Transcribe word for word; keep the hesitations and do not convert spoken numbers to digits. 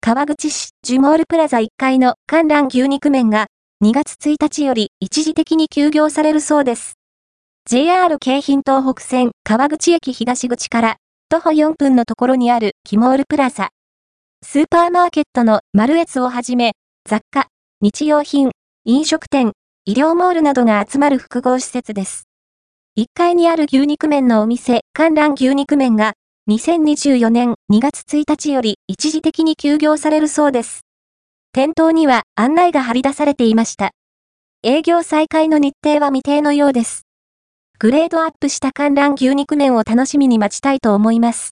川口市ジュモールプラザいっかいの観覧牛肉麺がにがつついたちより一時的に休業されるそうです。ジェイアール 京浜東北線川口駅東口から徒歩よんぷんのところにあるキモールプラザ。スーパーマーケットのマルエツをはじめ、雑貨、日用品、飲食店、医療モールなどが集まる複合施設です。いっかいにある牛肉麺のお店、観覧牛肉麺がにせんにじゅうよねんにがつついたちより一時的に休業されるそうです。店頭には案内が貼り出されていました。営業再開の日程は未定のようです。グレードアップした観覧牛肉麺を楽しみに待ちたいと思います。